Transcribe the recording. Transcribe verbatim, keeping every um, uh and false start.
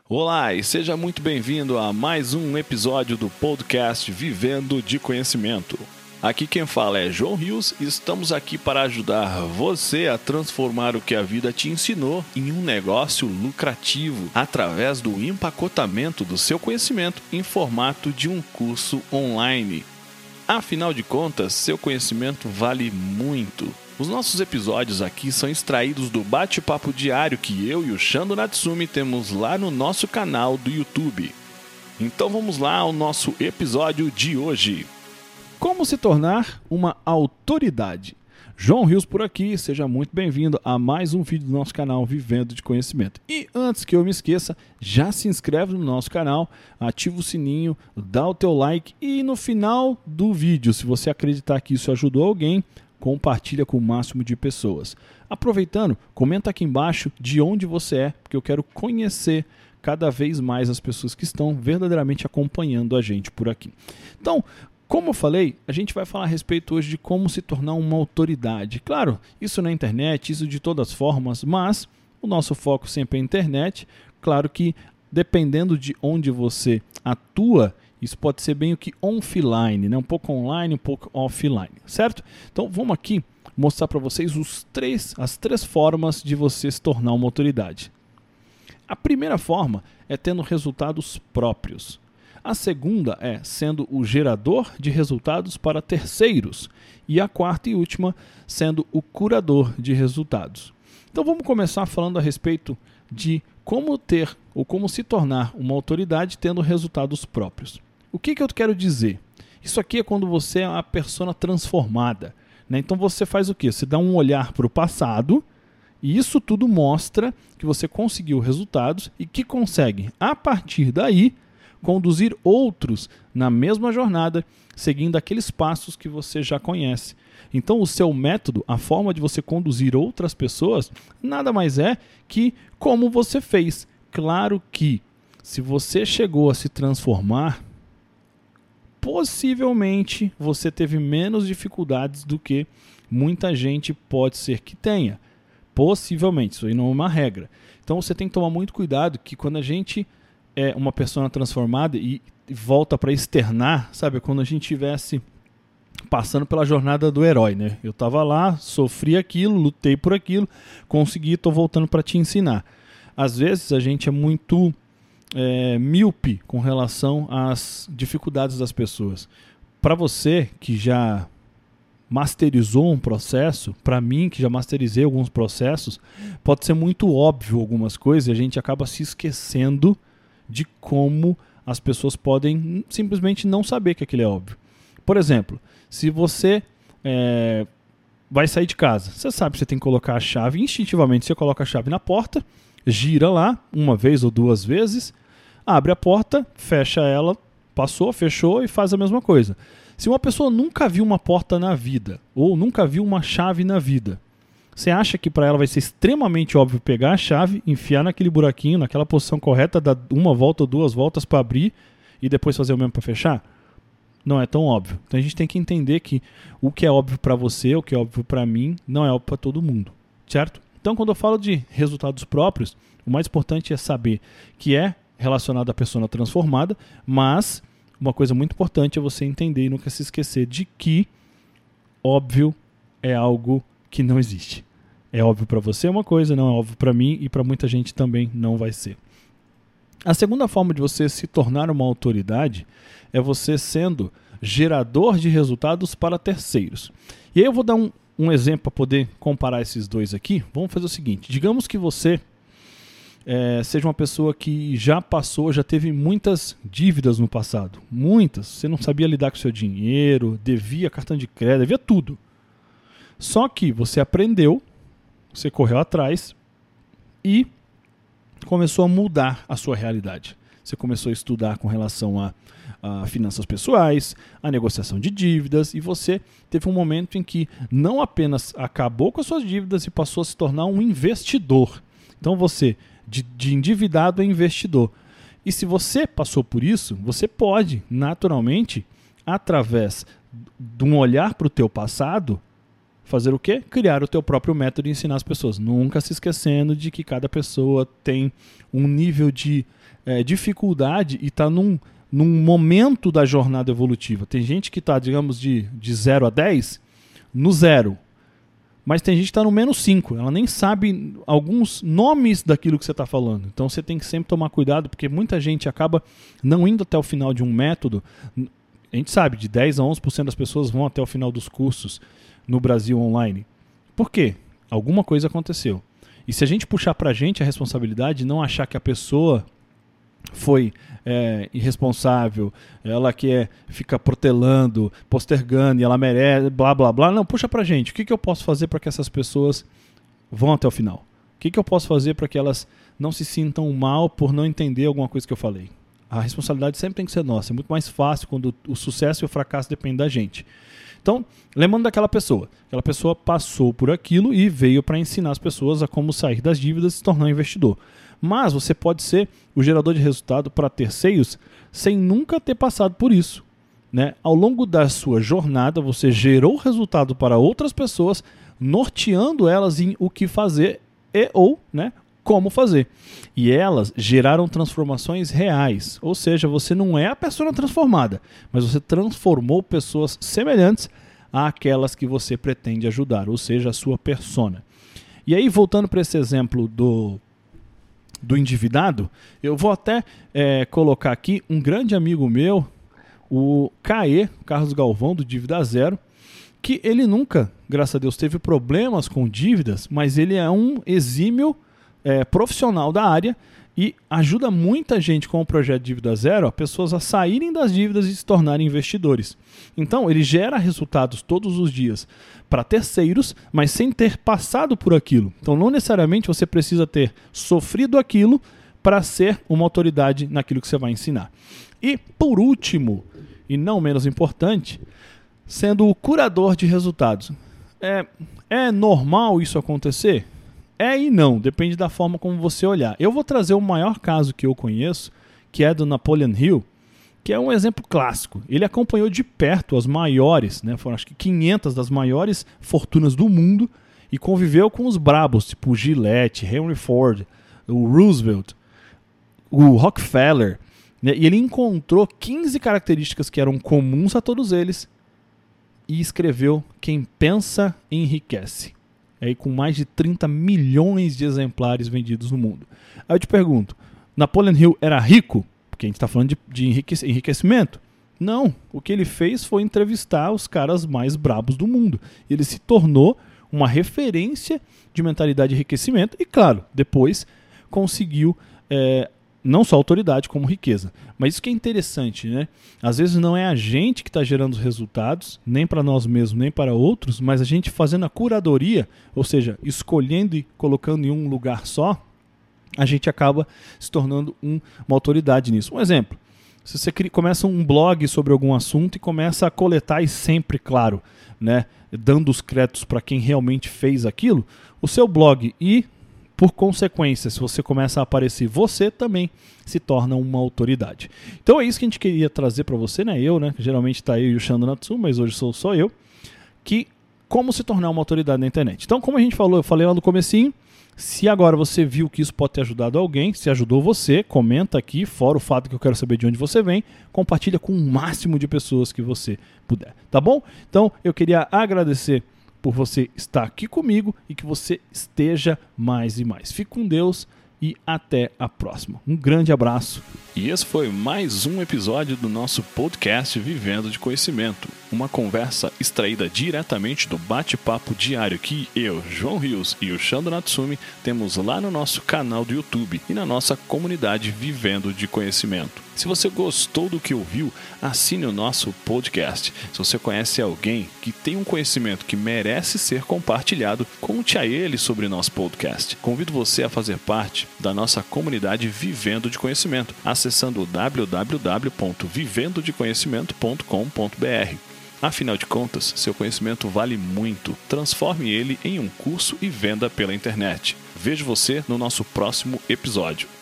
Olá e seja muito bem-vindo a mais um episódio do podcast Vivendo de Conhecimento. Aqui quem fala é João Rios e estamos aqui para ajudar você a transformar o que a vida te ensinou em um negócio lucrativo através do empacotamento do seu conhecimento em formato de um curso online. Afinal de contas, seu conhecimento vale muito. Os nossos episódios aqui são extraídos do bate-papo diário que eu e o Shando Natsumi temos lá no nosso canal do YouTube. Então vamos lá ao nosso episódio de hoje. Como se tornar uma autoridade? João Rios por aqui, seja muito bem-vindo a mais um vídeo do nosso canal Vivendo de Conhecimento. E antes que eu me esqueça, já se inscreve no nosso canal, ativa o sininho, dá o teu like e no final do vídeo, se você acreditar que isso ajudou alguém, compartilha com o máximo de pessoas. Aproveitando, comenta aqui embaixo de onde você é, porque eu quero conhecer cada vez mais as pessoas que estão verdadeiramente acompanhando a gente por aqui. Então, como eu falei, a gente vai falar a respeito hoje de como se tornar uma autoridade. Claro, isso na internet, isso de todas as formas, mas o nosso foco sempre é a internet. Claro que dependendo de onde você atua, isso pode ser bem o que offline, né? Um pouco online, um pouco offline, certo? Então vamos aqui mostrar para vocês os três, as três formas de você se tornar uma autoridade. A primeira forma é tendo resultados próprios. A segunda é sendo o gerador de resultados para terceiros. E a quarta e última sendo o curador de resultados. Então vamos começar falando a respeito de como ter ou como se tornar uma autoridade tendo resultados próprios. O que, que eu quero dizer? Isso aqui é quando você é uma persona transformada, né? Então você faz o quê? Você dá um olhar para o passado e isso tudo mostra que você conseguiu resultados e que consegue, a partir daí, conduzir outros na mesma jornada, seguindo aqueles passos que você já conhece. Então o seu método, a forma de você conduzir outras pessoas, nada mais é que como você fez. Claro que se você chegou a se transformar, possivelmente você teve menos dificuldades do que muita gente pode ser que tenha. Possivelmente, isso aí não é uma regra. Então você tem que tomar muito cuidado que quando a gente é uma pessoa transformada e volta para externar, sabe? Quando a gente estivesse passando pela jornada do herói, né? Eu estava lá, sofri aquilo, lutei por aquilo, consegui, estou voltando para te ensinar. Às vezes a gente é muito é, míope com relação às dificuldades das pessoas. Para você que já masterizou um processo, para mim que já masterizei alguns processos, pode ser muito óbvio algumas coisas e a gente acaba se esquecendo de como as pessoas podem simplesmente não saber que aquilo é óbvio. Por exemplo, se você é, vai sair de casa, você sabe que você tem que colocar a chave, instintivamente você coloca a chave na porta, gira lá uma vez ou duas vezes, abre a porta, fecha ela, passou, fechou e faz a mesma coisa. Se uma pessoa nunca viu uma porta na vida, ou nunca viu uma chave na vida, você acha que para ela vai ser extremamente óbvio pegar a chave, enfiar naquele buraquinho, naquela posição correta, dar uma volta ou duas voltas para abrir e depois fazer o mesmo para fechar? Não é tão óbvio. Então a gente tem que entender que o que é óbvio para você, o que é óbvio para mim, não é óbvio para todo mundo, certo? Então quando eu falo de resultados próprios, o mais importante é saber que é relacionado à pessoa transformada, mas uma coisa muito importante é você entender e nunca se esquecer de que óbvio é algo que não existe. É óbvio para você uma coisa, não é óbvio para mim e para muita gente também não vai ser. A segunda forma de você se tornar uma autoridade é você sendo gerador de resultados para terceiros. E aí eu vou dar um, um exemplo para poder comparar esses dois aqui. Vamos fazer o seguinte, digamos que você é, seja uma pessoa que já passou, já teve muitas dívidas no passado. Muitas. Você não sabia lidar com o seu dinheiro, devia cartão de crédito, devia tudo. Só que você aprendeu, você correu atrás e começou a mudar a sua realidade. Você começou a estudar com relação a, a finanças pessoais, a negociação de dívidas e você teve um momento em que não apenas acabou com as suas dívidas e passou a se tornar um investidor. Então você, de, de endividado a investidor. E se você passou por isso, você pode, naturalmente, através de um olhar para o teu passado, fazer o quê? Criar o teu próprio método de ensinar as pessoas. Nunca se esquecendo de que cada pessoa tem um nível de é, dificuldade e está num, num momento da jornada evolutiva. Tem gente que está, digamos, de, de zero a dez no zero. Mas tem gente que está no menos cinco. Ela nem sabe alguns nomes daquilo que você está falando. Então você tem que sempre tomar cuidado, porque muita gente acaba não indo até o final de um método. A gente sabe, de dez a onze por cento das pessoas vão até o final dos cursos no Brasil online. Por quê? Alguma coisa aconteceu. E se a gente puxar para a gente a responsabilidade, não achar que a pessoa foi é, irresponsável, ela que é, fica protelando, postergando e ela merece, blá blá blá. Não, puxa pra gente. O que, que eu posso fazer para que essas pessoas vão até o final? O que, que eu posso fazer para que elas não se sintam mal por não entender alguma coisa que eu falei? A responsabilidade sempre tem que ser nossa. É muito mais fácil quando o sucesso e o fracasso dependem da gente. Então, lembrando daquela pessoa. Aquela pessoa passou por aquilo e veio para ensinar as pessoas a como sair das dívidas e se tornar um investidor. Mas você pode ser o gerador de resultado para terceiros sem nunca ter passado por isso, né? Ao longo da sua jornada, você gerou resultado para outras pessoas, norteando elas em o que fazer e ou, né, como fazer. E elas geraram transformações reais. Ou seja, você não é a pessoa transformada, mas você transformou pessoas semelhantes àquelas que você pretende ajudar, ou seja, a sua persona. E aí, voltando para esse exemplo do... do endividado, eu vou até é, colocar aqui um grande amigo meu, o K E, Carlos Galvão, do Dívida Zero, que ele nunca, graças a Deus, teve problemas com dívidas, mas ele é um exímio é, profissional da área e ajuda muita gente com o projeto Dívida Zero, a pessoas a saírem das dívidas e se tornarem investidores. Então, ele gera resultados todos os dias para terceiros, mas sem ter passado por aquilo. Então, não necessariamente você precisa ter sofrido aquilo para ser uma autoridade naquilo que você vai ensinar. E, por último, e não menos importante, sendo o curador de resultados. É, é normal isso acontecer? É e não, depende da forma como você olhar. Eu vou trazer o maior caso que eu conheço, que é do Napoleon Hill, que é um exemplo clássico. Ele acompanhou de perto as maiores, né, foram acho que quinhentas das maiores fortunas do mundo e conviveu com os brabos, tipo o Gillette, Henry Ford, o Roosevelt, o Rockefeller, né, e ele encontrou quinze características que eram comuns a todos eles e escreveu Quem Pensa Enriquece. Aí, com mais de trinta milhões de exemplares vendidos no mundo. Aí eu te pergunto, Napoleon Hill era rico? Porque a gente está falando de, de enriquec- enriquecimento. Não, o que ele fez foi entrevistar os caras mais brabos do mundo. Ele se tornou uma referência de mentalidade de enriquecimento e, claro, depois conseguiu é, não só autoridade como riqueza. Mas isso que é interessante, né? Às vezes não é a gente que está gerando os resultados, nem para nós mesmos, nem para outros, mas a gente fazendo a curadoria, ou seja, escolhendo e colocando em um lugar só, a gente acaba se tornando um, uma autoridade nisso. Um exemplo, se você cria, começa um blog sobre algum assunto e começa a coletar e sempre, claro, né, dando os créditos para quem realmente fez aquilo, o seu blog e, por consequência, se você começa a aparecer, você também se torna uma autoridade. Então é isso que a gente queria trazer para você, né? Eu, né? Geralmente está eu e o Shando Natsu, mas hoje sou só eu, que como se tornar uma autoridade na internet. Então, como a gente falou, eu falei lá no comecinho, se agora você viu que isso pode ter ajudado alguém, se ajudou você, comenta aqui, fora o fato que eu quero saber de onde você vem, compartilha com o máximo de pessoas que você puder, tá bom? Então, eu queria agradecer por você estar aqui comigo e que você esteja mais e mais. Fique com Deus e até a próxima. Um grande abraço. E esse foi mais um episódio do nosso podcast Vivendo de Conhecimento. Uma conversa extraída diretamente do bate-papo diário que eu, João Rios e o Shando Natsumi temos lá no nosso canal do YouTube e na nossa comunidade Vivendo de Conhecimento. Se você gostou do que ouviu, assine o nosso podcast. Se você conhece alguém que tem um conhecimento que merece ser compartilhado, conte a ele sobre nosso podcast. Convido você a fazer parte da nossa comunidade Vivendo de Conhecimento, acessando w w w ponto vivendo de conhecimento ponto com ponto b r. Afinal de contas, seu conhecimento vale muito. Transforme ele em um curso e venda pela internet. Vejo você no nosso próximo episódio.